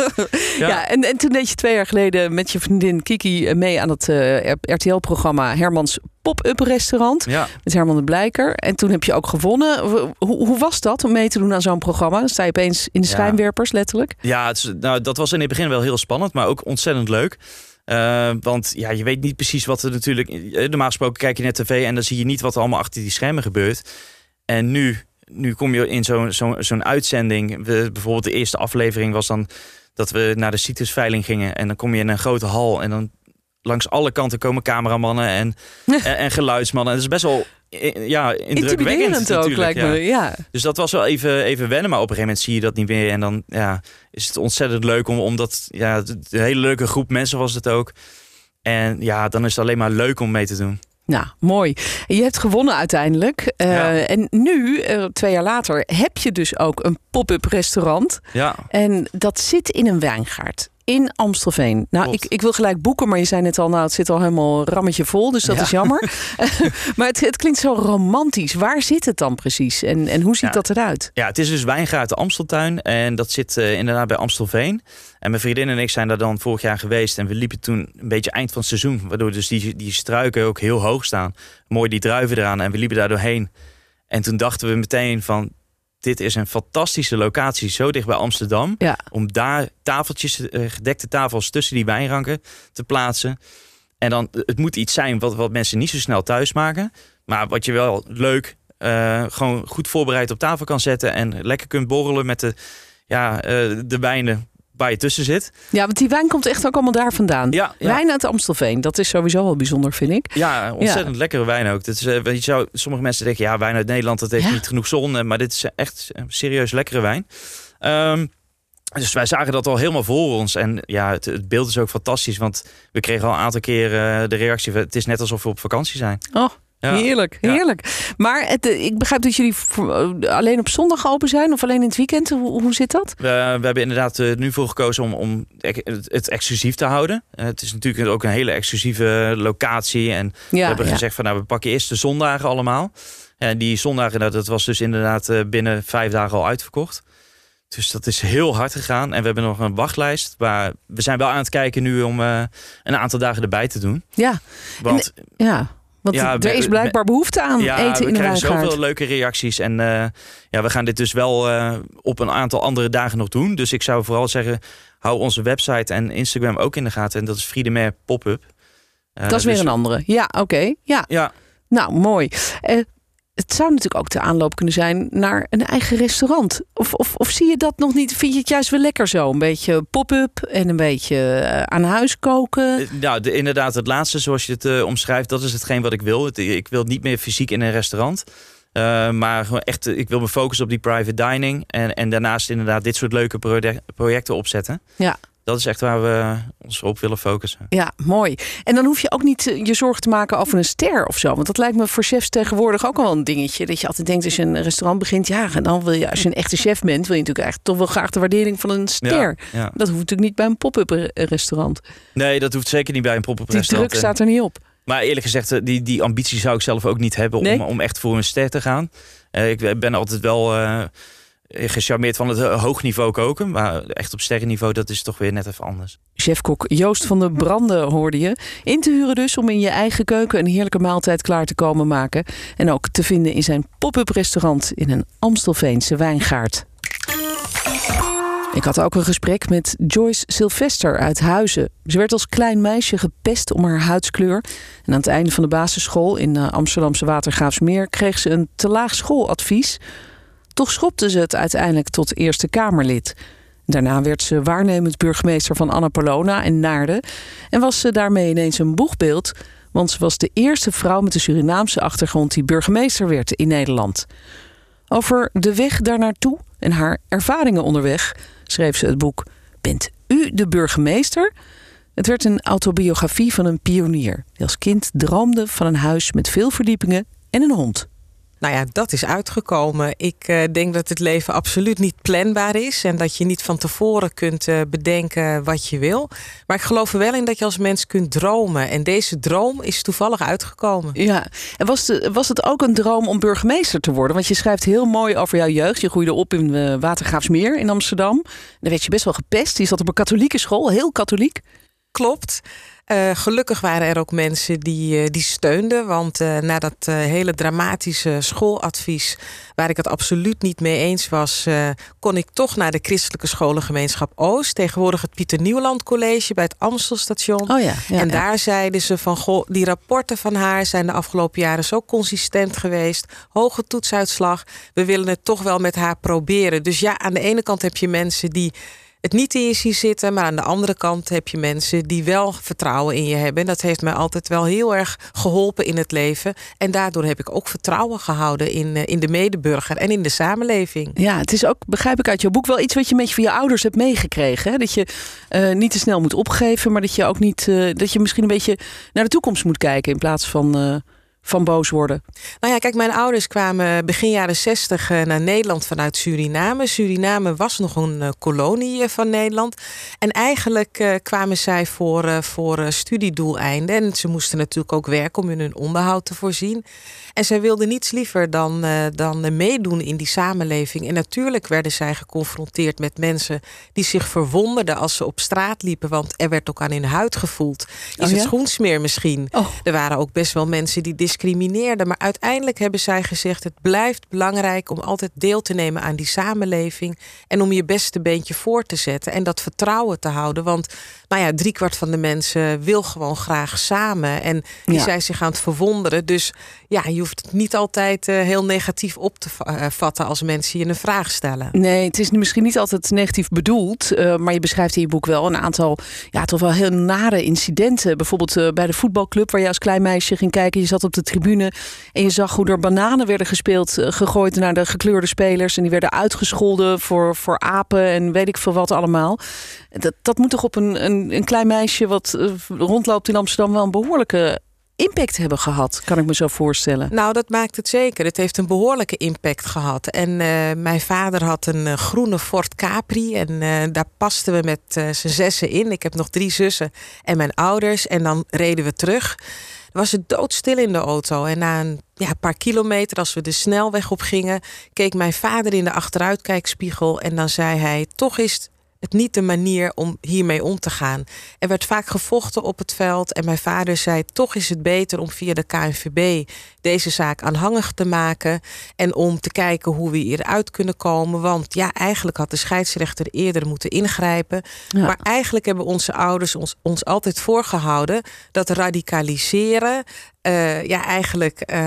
[SPEAKER 4] ja
[SPEAKER 2] en, en toen deed je twee jaar geleden met je vriendin Kiki mee aan het uh, R T L-programma Hermans Pop-up Restaurant.
[SPEAKER 4] Ja.
[SPEAKER 2] Met Herman de Blijker. En toen heb je ook gewonnen. Hoe, hoe was dat om mee te doen aan zo'n programma? Dan sta je opeens in de
[SPEAKER 4] Ja.
[SPEAKER 2] schijnwerpers, letterlijk.
[SPEAKER 4] Ja, het is, nou, dat was in het begin wel heel spannend, maar ook ontzettend leuk. Uh, want ja, je weet niet precies wat er natuurlijk... Normaal gesproken kijk je naar tv en dan zie je niet wat er allemaal achter die schermen gebeurt. En nu, nu kom je in zo'n zo, zo'n uitzending. We, bijvoorbeeld de eerste aflevering was dan dat we naar de citrusveiling gingen. En dan kom je in een grote hal en dan langs alle kanten komen cameramannen en, en, en geluidsmannen. En dat is best wel ja, indrukwekkend
[SPEAKER 2] ook, lijkt
[SPEAKER 4] ja.
[SPEAKER 2] me. Ja.
[SPEAKER 4] Dus dat was wel even, even wennen, maar op een gegeven moment zie je dat niet meer. En dan ja, is het ontzettend leuk, om, omdat ja, een hele leuke groep mensen was het ook. En ja, dan is het alleen maar leuk om mee te doen.
[SPEAKER 2] Nou, mooi. Je hebt gewonnen uiteindelijk. Uh,
[SPEAKER 4] Ja.
[SPEAKER 2] En nu, uh, twee jaar later, heb je dus ook een pop-up restaurant.
[SPEAKER 4] Ja.
[SPEAKER 2] En dat zit in een wijngaard in Amstelveen. Nou, ik, ik wil gelijk boeken, maar je zei net al, nou, het zit al helemaal rammetje vol, dus dat
[SPEAKER 4] Ja.
[SPEAKER 2] is jammer. Maar het, het klinkt zo romantisch. Waar zit het dan precies? En, en hoe ziet
[SPEAKER 4] Ja.
[SPEAKER 2] dat eruit?
[SPEAKER 4] Ja, het is dus Wijngaard de Amsteltuin en dat zit uh, inderdaad bij Amstelveen. En mijn vriendin en ik zijn daar dan vorig jaar geweest en we liepen toen een beetje eind van het seizoen, waardoor dus die, die struiken ook heel hoog staan. Mooi die druiven eraan en we liepen daar doorheen. En toen dachten we meteen van, dit is een fantastische locatie, zo dicht bij Amsterdam.
[SPEAKER 2] Ja. Om
[SPEAKER 4] daar tafeltjes, uh, gedekte tafels tussen die wijnranken te plaatsen. En dan, het moet iets zijn wat, wat mensen niet zo snel thuis maken. Maar wat je wel leuk, uh, gewoon goed voorbereid op tafel kan zetten. En lekker kunt borrelen met de, ja, uh, de wijnen waar je tussen zit.
[SPEAKER 2] Ja, want die wijn komt echt ook allemaal daar vandaan.
[SPEAKER 4] Ja, ja.
[SPEAKER 2] Wijn uit Amstelveen, dat is sowieso wel bijzonder, vind ik.
[SPEAKER 4] Ja, ontzettend
[SPEAKER 2] Ja.
[SPEAKER 4] lekkere wijn ook. Dat is, uh, je zou, sommige mensen denken, ja, wijn uit Nederland, dat heeft
[SPEAKER 2] Ja.
[SPEAKER 4] niet genoeg zon. Maar dit is echt serieus lekkere wijn. Um, Dus wij zagen dat al helemaal voor ons. En ja, het, het beeld is ook fantastisch. Want we kregen al een aantal keer uh, de reactie, het is net alsof we op vakantie zijn.
[SPEAKER 2] Oh,
[SPEAKER 4] Ja.
[SPEAKER 2] heerlijk, heerlijk. Ja. Maar het, ik begrijp dat jullie alleen op zondag open zijn of alleen in het weekend. Hoe, hoe zit dat?
[SPEAKER 4] We, we hebben inderdaad uh, nu voor gekozen om, om het, het exclusief te houden. Uh, het is natuurlijk ook een hele exclusieve locatie. En
[SPEAKER 2] Ja,
[SPEAKER 4] we hebben
[SPEAKER 2] ja.
[SPEAKER 4] gezegd van nou, we pakken eerst de zondagen allemaal. En die zondagen, dat, dat was dus inderdaad uh, binnen vijf dagen al uitverkocht. Dus dat is heel hard gegaan. En we hebben nog een wachtlijst. Maar we zijn wel aan het kijken nu om uh, een aantal dagen erbij te doen.
[SPEAKER 2] Ja,
[SPEAKER 4] Want,
[SPEAKER 2] en, ja, want
[SPEAKER 4] ja,
[SPEAKER 2] er
[SPEAKER 4] we,
[SPEAKER 2] is blijkbaar behoefte aan
[SPEAKER 4] ja,
[SPEAKER 2] eten in de
[SPEAKER 4] we
[SPEAKER 2] wijngaard.
[SPEAKER 4] krijgen zoveel leuke reacties. En uh, ja, we gaan dit dus wel uh, op een aantal andere dagen nog doen. Dus ik zou vooral zeggen, hou onze website en Instagram ook in de gaten. En dat is Friedemer Pop-up. Uh,
[SPEAKER 2] dat is
[SPEAKER 4] dus,
[SPEAKER 2] weer een andere. Ja, oké. Okay. Ja.
[SPEAKER 4] ja.
[SPEAKER 2] Nou, mooi. Uh, Het zou natuurlijk ook de aanloop kunnen zijn naar een eigen restaurant. Of, of, of zie je dat nog niet? Vind je het juist wel lekker zo? Een beetje pop-up en een beetje uh, aan huis koken?
[SPEAKER 4] Nou, de, inderdaad, het laatste zoals je het uh, omschrijft, dat is hetgeen wat ik wil. Het, ik wil niet meer fysiek in een restaurant. Uh, maar gewoon echt, ik wil me focussen op die private dining. En, en daarnaast inderdaad dit soort leuke project, projecten opzetten.
[SPEAKER 2] Ja.
[SPEAKER 4] Dat is echt waar we ons op willen focussen.
[SPEAKER 2] Ja, mooi. En dan hoef je ook niet je zorgen te maken over een ster of zo. Want dat lijkt me voor chefs tegenwoordig ook wel een dingetje. Dat je altijd denkt als je een restaurant begint. Ja, dan wil je, als je een echte chef bent, wil je natuurlijk eigenlijk toch wel graag de waardering van een ster. Ja, ja. Dat hoeft natuurlijk niet bij een pop-up restaurant.
[SPEAKER 4] Nee, dat hoeft zeker niet bij een pop-up
[SPEAKER 2] Die
[SPEAKER 4] restaurant.
[SPEAKER 2] Die druk staat er niet op.
[SPEAKER 4] Maar eerlijk gezegd, die, die ambitie zou ik zelf ook niet hebben om,
[SPEAKER 2] nee?
[SPEAKER 4] om echt voor een ster te gaan. Uh, ik ben altijd wel uh, gecharmeerd van het hoog niveau koken. Maar echt op sterrenniveau, dat is toch weer net even anders.
[SPEAKER 2] Chefkok Joost van der Branden hoorde je. In te huren dus om in je eigen keuken een heerlijke maaltijd klaar te komen maken. En ook te vinden in zijn pop-up restaurant in een Amstelveense wijngaard. Ik had ook een gesprek met Joyce Sylvester uit Huizen. Ze werd als klein meisje gepest om haar huidskleur. En aan het einde van de basisschool in uh, Amsterdamse Watergraafsmeer kreeg ze een te laag schooladvies. Toch schopte ze het uiteindelijk tot Eerste Kamerlid. Daarna werd ze waarnemend burgemeester van Annapolona en Naarden. En was ze daarmee ineens een boegbeeld. Want ze was de eerste vrouw met een Surinaamse achtergrond die burgemeester werd in Nederland. Over de weg daarnaartoe en haar ervaringen onderweg schreef ze het boek Bent u de burgemeester? Het werd een autobiografie van een pionier die als kind droomde van een huis met veel verdiepingen en een hond.
[SPEAKER 5] Nou ja, dat is uitgekomen. Ik uh, denk dat het leven absoluut niet planbaar is en dat je niet van tevoren kunt uh, bedenken wat je wil. Maar ik geloof er wel in dat je als mens kunt dromen. En deze droom is toevallig uitgekomen.
[SPEAKER 2] Ja, en was, de, was het ook een droom om burgemeester te worden? Want je schrijft heel mooi over jouw jeugd. Je groeide op in uh, Watergraafsmeer in Amsterdam. Dan werd je best wel gepest. Je zat op een katholieke school, heel katholiek.
[SPEAKER 5] Klopt. Uh, gelukkig waren er ook mensen die, uh, die steunden. Want uh, na dat uh, hele dramatische schooladvies, waar ik het absoluut niet mee eens was, uh, kon ik toch naar de christelijke scholengemeenschap Oost. Tegenwoordig het Pieter Nieuwland College bij het Amstelstation.
[SPEAKER 2] Oh ja, ja,
[SPEAKER 5] en
[SPEAKER 2] ja.
[SPEAKER 5] daar zeiden ze van, goh, die rapporten van haar zijn de afgelopen jaren zo consistent geweest. Hoge toetsuitslag. We willen het toch wel met haar proberen. Dus ja, aan de ene kant heb je mensen die het niet in je zien zitten, maar aan de andere kant heb je mensen die wel vertrouwen in je hebben. En dat heeft mij altijd wel heel erg geholpen in het leven. En daardoor heb ik ook vertrouwen gehouden in, in de medeburger en in de samenleving.
[SPEAKER 2] Ja, het is ook, begrijp ik uit jouw boek, wel iets wat je een beetje van je ouders hebt meegekregen. Hè? Dat je uh, niet te snel moet opgeven, maar dat je ook niet, uh, dat je misschien een beetje naar de toekomst moet kijken in plaats van Uh... van boos worden.
[SPEAKER 5] Nou ja, kijk, mijn ouders kwamen begin jaren zestig naar Nederland vanuit Suriname. Suriname was nog een uh, kolonie van Nederland. En eigenlijk uh, kwamen zij voor, uh, voor uh, studiedoeleinden. En ze moesten natuurlijk ook werken om hun onderhoud te voorzien. En zij wilden niets liever dan, uh, dan uh, meedoen in die samenleving. En natuurlijk werden zij geconfronteerd met mensen die zich verwonderden als ze op straat liepen. Want er werd ook aan hun huid gevoeld. Is
[SPEAKER 2] oh, ja?
[SPEAKER 5] het schoensmeer misschien?
[SPEAKER 2] Oh.
[SPEAKER 5] Er waren ook best wel mensen die discrimineerden. Maar uiteindelijk hebben zij gezegd, het blijft belangrijk om altijd deel te nemen aan die samenleving. En om je beste beentje voor te zetten. En dat vertrouwen te houden. Want nou ja, driekwart van de mensen wil gewoon graag samen. En die
[SPEAKER 2] ja.
[SPEAKER 5] zijn zich aan het verwonderen. Dus ja, je hoeft het niet altijd uh, heel negatief op te uh, vatten als mensen je een vraag stellen.
[SPEAKER 2] Nee, het is misschien niet altijd negatief bedoeld. Uh, maar je beschrijft in je boek wel een aantal, ja, toch wel heel nare incidenten. Bijvoorbeeld uh, bij de voetbalclub waar je als klein meisje ging kijken. Je zat op de tribune en je zag hoe er bananen werden gespeeld, uh, gegooid naar de gekleurde spelers. En die werden uitgescholden voor, voor apen en weet ik veel wat allemaal. Dat, dat moet toch op een, een, een klein meisje wat uh, rondloopt in Amsterdam wel een behoorlijke impact hebben gehad, kan ik me zo voorstellen.
[SPEAKER 5] Nou, dat maakt het zeker. Het heeft een behoorlijke impact gehad. En uh, mijn vader had een uh, groene Ford Capri. En uh, daar pasten we met uh, z'n zessen in. Ik heb nog drie zussen en mijn ouders. En dan reden we terug. Er was het doodstil in de auto. En na een ja, paar kilometer, als we de snelweg op gingen, keek mijn vader in de achteruitkijkspiegel. En dan zei hij, toch is het niet de manier om hiermee om te gaan. Er werd vaak gevochten op het veld. En mijn vader zei, toch is het beter om via de K N V B deze zaak aanhangig te maken. En om te kijken hoe we hieruit kunnen komen. Want ja, eigenlijk had de scheidsrechter eerder moeten ingrijpen. Ja. Maar eigenlijk hebben onze ouders ons, ons altijd voorgehouden dat radicaliseren Uh, ja, eigenlijk uh,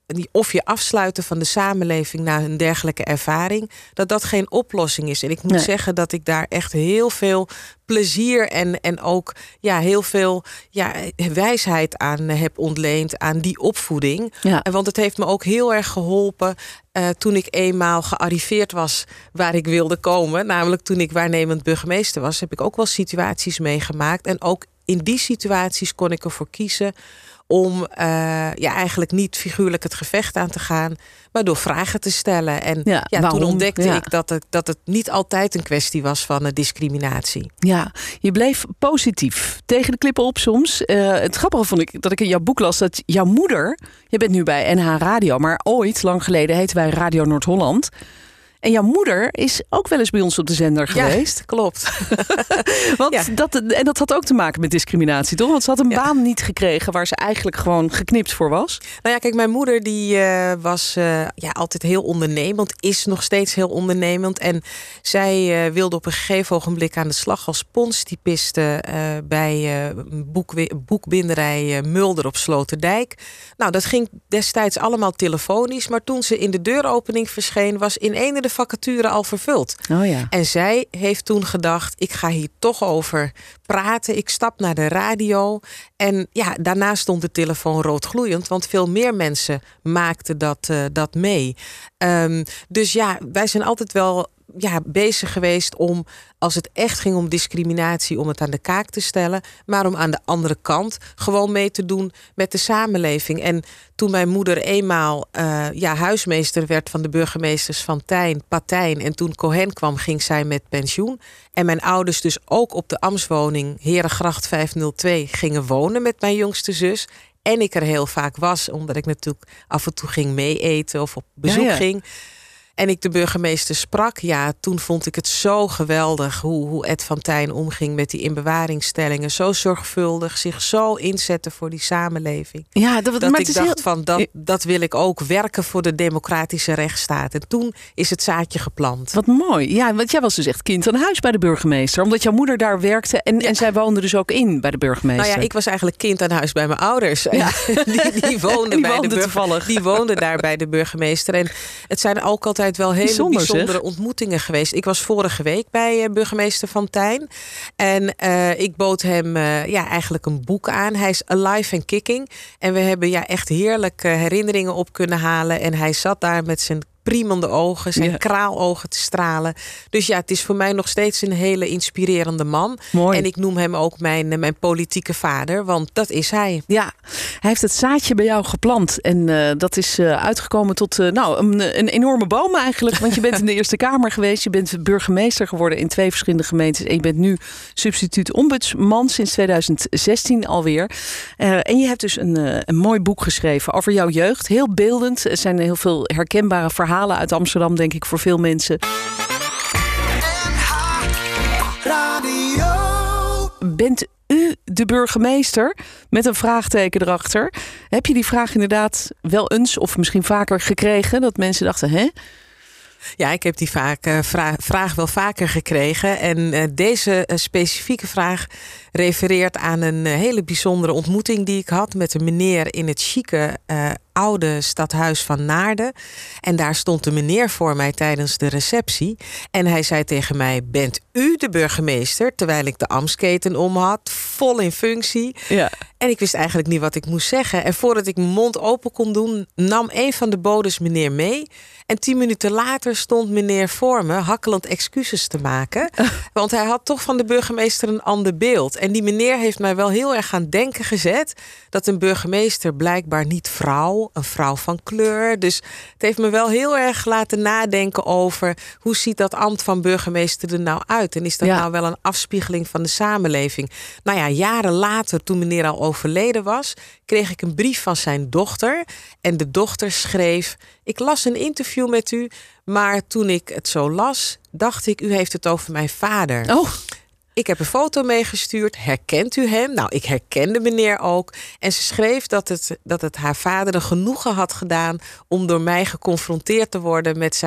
[SPEAKER 5] of je afsluiten van de samenleving na een dergelijke ervaring, dat dat geen oplossing is. En ik moet nee. zeggen dat ik daar echt heel veel plezier en, en ook ja, heel veel ja, wijsheid aan heb ontleend aan die opvoeding. Ja. Want het heeft me ook heel erg geholpen uh, toen ik eenmaal gearriveerd was waar ik wilde komen. Namelijk toen ik waarnemend burgemeester was, heb ik ook wel situaties meegemaakt. En ook in die situaties kon ik ervoor kiezen om uh, ja, eigenlijk niet figuurlijk het gevecht aan te gaan, maar door vragen te stellen. En ja, ja, toen ontdekte ja. ik dat het, dat het niet altijd een kwestie was van uh, discriminatie.
[SPEAKER 2] Ja, je bleef positief. Tegen de klippen op soms. Uh, het grappige vond ik dat ik in jouw boek las dat jouw moeder, je bent nu bij N H Radio, maar ooit, lang geleden, heette wij Radio Noord-Holland. En jouw moeder is ook wel eens bij ons op de zender geweest.
[SPEAKER 5] Ja, klopt.
[SPEAKER 2] Want ja. dat, en dat had ook te maken met discriminatie, toch? Want ze had een ja. baan niet gekregen waar ze eigenlijk gewoon geknipt voor was.
[SPEAKER 5] Nou ja, kijk, mijn moeder die uh, was uh, ja, altijd heel ondernemend. Is nog steeds heel ondernemend. En zij uh, wilde op een gegeven ogenblik aan de slag als ponstypiste uh, bij uh, boek, boekbinderij uh, Mulder op Sloterdijk. Nou, dat ging destijds allemaal telefonisch. Maar toen ze in de deuropening verscheen, was in een de vacature al vervuld.
[SPEAKER 2] Oh ja.
[SPEAKER 5] En zij heeft toen gedacht, ik ga hier toch over praten. Ik stap naar de radio. En ja, daarna stond de telefoon roodgloeiend, want veel meer mensen maakten dat, uh, dat mee. Um, dus ja, wij zijn altijd wel ja, bezig geweest om, als het echt ging om discriminatie, om het aan de kaak te stellen, maar om aan de andere kant gewoon mee te doen met de samenleving. En toen mijn moeder eenmaal uh, ja, huismeester werd van de burgemeesters van Tijn, Patijn, en toen Cohen kwam, ging zij met pensioen. En mijn ouders dus ook op de ambtswoning Herengracht vijfhonderdtwee gingen wonen met mijn jongste zus. En ik er heel vaak was, omdat ik natuurlijk af en toe ging mee eten of op bezoek ja, ja. ging. En ik de burgemeester sprak, ja, toen vond ik het zo geweldig hoe, hoe Ed van Tijn omging met die inbewaringstellingen. Zo zorgvuldig, zich zo inzetten voor die samenleving. Ja, dat, dat ik dacht heel... van, dat, dat wil ik ook, werken voor de democratische rechtsstaat. En toen is het zaadje geplant.
[SPEAKER 2] Wat mooi. Ja, want jij was dus echt kind aan huis bij de burgemeester, omdat jouw moeder daar werkte en, ja. en zij woonde dus ook in bij de burgemeester.
[SPEAKER 5] Nou ja, ik was eigenlijk kind aan huis bij mijn ouders. Ja. die, die woonden
[SPEAKER 2] die
[SPEAKER 5] bij
[SPEAKER 2] woonde
[SPEAKER 5] de burger...
[SPEAKER 2] toevallig.
[SPEAKER 5] Die woonden daar bij de burgemeester. En het zijn ook altijd wel hele Bijzonder, bijzondere zeg. ontmoetingen geweest. Ik was vorige week bij uh, burgemeester Van Tijn. En uh, ik bood hem uh, ja, eigenlijk een boek aan. Hij is Alive and Kicking. En we hebben ja, echt heerlijke herinneringen op kunnen halen. En hij zat daar met zijn priemende ogen, zijn ja. kraalogen te stralen. Dus ja, het is voor mij nog steeds een hele inspirerende man.
[SPEAKER 2] Mooi.
[SPEAKER 5] En ik noem hem ook mijn, mijn politieke vader, want dat is hij.
[SPEAKER 2] Ja, hij heeft het zaadje bij jou geplant. En uh, dat is uh, uitgekomen tot uh, nou, een, een enorme boom eigenlijk. Want je bent in de Eerste Kamer geweest. Je bent burgemeester geworden in twee verschillende gemeentes. En je bent nu substituut ombudsman sinds tweeduizend zestien alweer. Uh, en je hebt dus een, uh, een mooi boek geschreven over jouw jeugd. Heel beeldend. Er zijn heel veel herkenbare verhalen uit Amsterdam, denk ik, voor veel mensen. Bent u de burgemeester? Met een vraagteken erachter. Heb je die vraag inderdaad wel eens of misschien vaker gekregen? Dat mensen dachten, hè?
[SPEAKER 5] Ja, ik heb die vaak, uh, vraag, vraag wel vaker gekregen. En uh, deze uh, specifieke vraag refereert aan een uh, hele bijzondere ontmoeting die ik had met een meneer in het chique uh, oude stadhuis van Naarden. En daar stond een meneer voor mij tijdens de receptie. En hij zei tegen mij, bent u de burgemeester? Terwijl ik de ambtsketen om had, vol in functie. Ja. En ik wist eigenlijk niet wat ik moest zeggen. En voordat ik mijn mond open kon doen, nam een van de bodes meneer mee. En tien minuten later stond meneer voor me hakkelend excuses te maken. Want hij had toch van de burgemeester een ander beeld. En die meneer heeft mij wel heel erg aan denken gezet dat een burgemeester blijkbaar niet vrouw, een vrouw van kleur. Dus het heeft me wel heel erg laten nadenken over hoe ziet dat ambt van burgemeester er nou uit? En is dat ja. nou wel een afspiegeling van de samenleving? Nou ja, jaren later, toen meneer al overleden was, kreeg ik een brief van zijn dochter. En de dochter schreef, ik las een interview met u, maar toen ik het zo las, dacht ik, u heeft het over mijn vader.
[SPEAKER 2] Oh.
[SPEAKER 5] Ik heb een foto meegestuurd. Herkent u hem? Nou, ik herkende meneer ook. En ze schreef dat het, dat het haar vader een genoegen had gedaan om door mij geconfronteerd te worden met zijn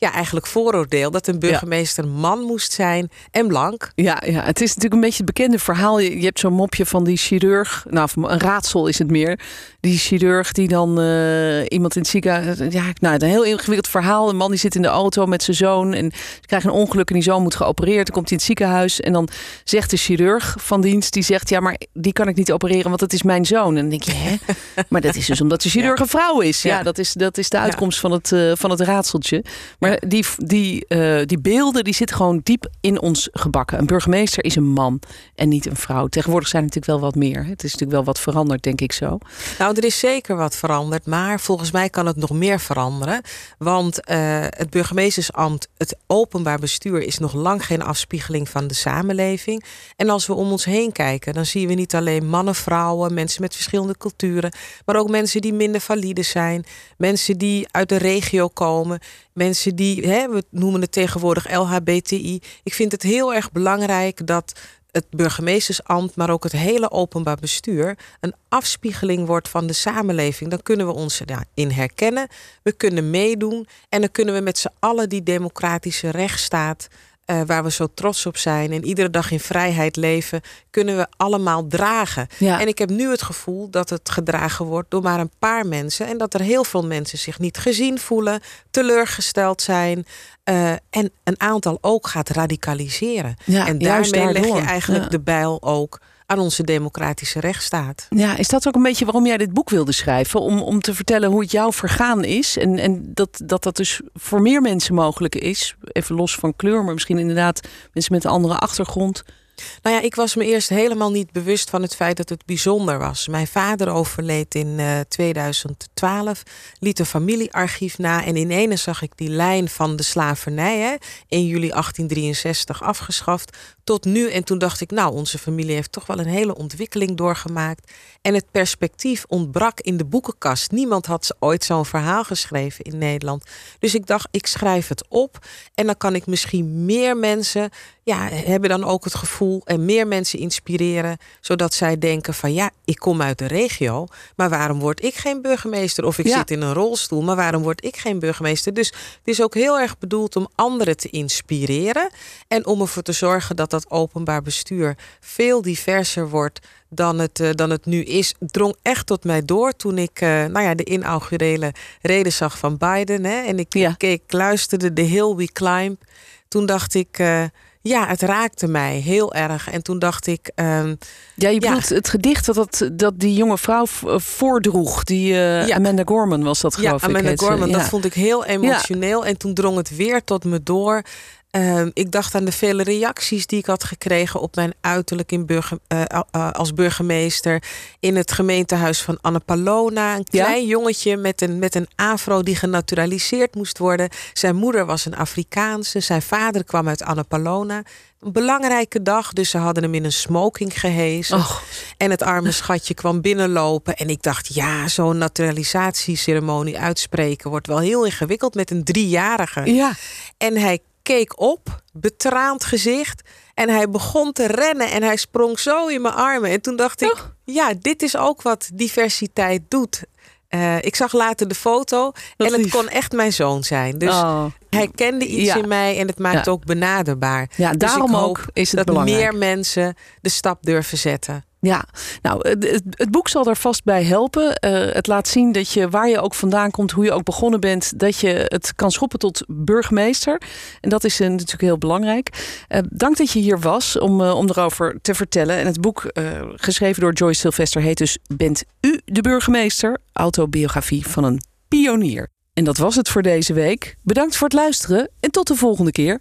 [SPEAKER 5] ja, eigenlijk vooroordeel dat een burgemeester ja. man moest zijn en blank.
[SPEAKER 2] Ja, ja, het is natuurlijk een beetje het bekende verhaal. Je, je hebt zo'n mopje van die chirurg. Nou, een raadsel is het meer. Die chirurg die dan uh, iemand in het ziekenhuis... Ja, nou, een heel ingewikkeld verhaal. Een man die zit in de auto met zijn zoon en ze krijgen een ongeluk en die zoon moet geopereerd. Dan komt hij in het ziekenhuis en dan zegt de chirurg van dienst, die zegt, ja, maar die kan ik niet opereren, want dat is mijn zoon. En dan denk je, hè? Maar dat is dus omdat de chirurg een vrouw is. Ja, ja dat, is, dat is de uitkomst ja. van, het, uh, van het raadseltje. Maar die, die, uh, die beelden, die zitten gewoon diep in ons gebakken. Een burgemeester is een man en niet een vrouw. Tegenwoordig zijn er natuurlijk wel wat meer. Het is natuurlijk wel wat veranderd, denk ik zo.
[SPEAKER 5] Nou, er is zeker wat veranderd, maar volgens mij kan het nog meer veranderen. Want uh, het burgemeestersambt, het openbaar bestuur, is nog lang geen afspiegeling van de samenleving. En als we om ons heen kijken, dan zien we niet alleen mannen, vrouwen, mensen met verschillende culturen, maar ook mensen die minder valide zijn, mensen die uit de regio komen, mensen die, hè, we noemen het tegenwoordig L H B T I. Ik vind het heel erg belangrijk dat het burgemeestersambt, maar ook het hele openbaar bestuur een afspiegeling wordt van de samenleving. Dan kunnen we ons daarin herkennen, we kunnen meedoen en dan kunnen we met z'n allen die democratische rechtsstaat, Uh, waar we zo trots op zijn en iedere dag in vrijheid leven, kunnen we allemaal dragen. Ja. En ik heb nu het gevoel dat het gedragen wordt door maar een paar mensen en dat er heel veel mensen zich niet gezien voelen, teleurgesteld zijn uh, en een aantal ook gaat radicaliseren. Ja, en daarmee leg je eigenlijk ja. de bijl ook aan onze democratische rechtsstaat.
[SPEAKER 2] Ja, is dat ook een beetje waarom jij dit boek wilde schrijven? Om, om te vertellen hoe het jou vergaan is. En, en dat, dat dat dus voor meer mensen mogelijk is. Even los van kleur, maar misschien inderdaad mensen met een andere achtergrond.
[SPEAKER 5] Nou ja, ik was me eerst helemaal niet bewust van het feit dat het bijzonder was. Mijn vader overleed in uh, tweeduizend twaalf, liet een familiearchief na en ineens zag ik die lijn van de slavernij, hè, één juli achttien drieënzestig afgeschaft, tot nu. En toen dacht ik, nou, onze familie heeft toch wel een hele ontwikkeling doorgemaakt. En het perspectief ontbrak in de boekenkast. Niemand had ooit zo'n verhaal geschreven in Nederland. Dus ik dacht, ik schrijf het op en dan kan ik misschien meer mensen, ja, hebben dan ook het gevoel en meer mensen inspireren, zodat zij denken van ja, ik kom uit de regio, maar waarom word ik geen burgemeester? Of ik ja. zit in een rolstoel, maar waarom word ik geen burgemeester? Dus het is ook heel erg bedoeld om anderen te inspireren en om ervoor te zorgen dat dat openbaar bestuur veel diverser wordt dan het, uh, dan het nu is. Het drong echt tot mij door toen ik uh, nou ja, de inaugurele reden zag van Biden. Hè, en ik ja. keek, luisterde The Hill We Climb. Toen dacht ik, Uh, ja, het raakte mij heel erg. En toen dacht ik Um,
[SPEAKER 2] ja, je bedoelt ja. het gedicht dat, dat, dat die jonge vrouw voordroeg. Die uh, ja. Amanda Gorman was dat, geloof
[SPEAKER 5] ja,
[SPEAKER 2] ik.
[SPEAKER 5] Amanda
[SPEAKER 2] het,
[SPEAKER 5] Gorman,
[SPEAKER 2] ja.
[SPEAKER 5] dat vond ik heel emotioneel. Ja. En toen drong het weer tot me door. Uh, ik dacht aan de vele reacties die ik had gekregen op mijn uiterlijk in burger, uh, uh, als burgemeester. In het gemeentehuis van Annapolona. Een klein ja? jongetje met een, met een afro die genaturaliseerd moest worden. Zijn moeder was een Afrikaanse. Zijn vader kwam uit Annapolona. Een belangrijke dag, dus ze hadden hem in een smoking gehezen. Oh. En het arme schatje kwam binnenlopen. En ik dacht, ja, zo'n naturalisatieceremonie uitspreken wordt wel heel ingewikkeld met een driejarige.
[SPEAKER 2] Ja.
[SPEAKER 5] En hij keek op, betraand gezicht. En hij begon te rennen en hij sprong zo in mijn armen. En toen dacht ik, oh. ja, dit is ook wat diversiteit doet. Uh, ik zag later de foto dat en het lief. kon echt mijn zoon zijn. Dus oh. hij kende iets ja. in mij en het maakt ja. ook benaderbaar.
[SPEAKER 2] Ja,
[SPEAKER 5] dus
[SPEAKER 2] daarom
[SPEAKER 5] ik hoop
[SPEAKER 2] ook is het
[SPEAKER 5] dat
[SPEAKER 2] belangrijk.
[SPEAKER 5] meer mensen de stap durven zetten.
[SPEAKER 2] Ja, nou, het, het boek zal er vast bij helpen. Uh, het laat zien dat je, waar je ook vandaan komt, hoe je ook begonnen bent, dat je het kan schoppen tot burgemeester. En dat is uh, natuurlijk heel belangrijk. Uh, dank dat je hier was om, uh, om erover te vertellen. En het boek, uh, geschreven door Joyce Sylvester, heet dus Bent u de burgemeester? Autobiografie van een pionier. En dat was het voor deze week. Bedankt voor het luisteren en tot de volgende keer.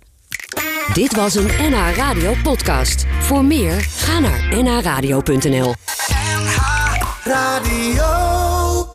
[SPEAKER 1] Dit was een N H Radio podcast. Voor meer, ga naar n h radio punt n l.
[SPEAKER 6] N H Radio.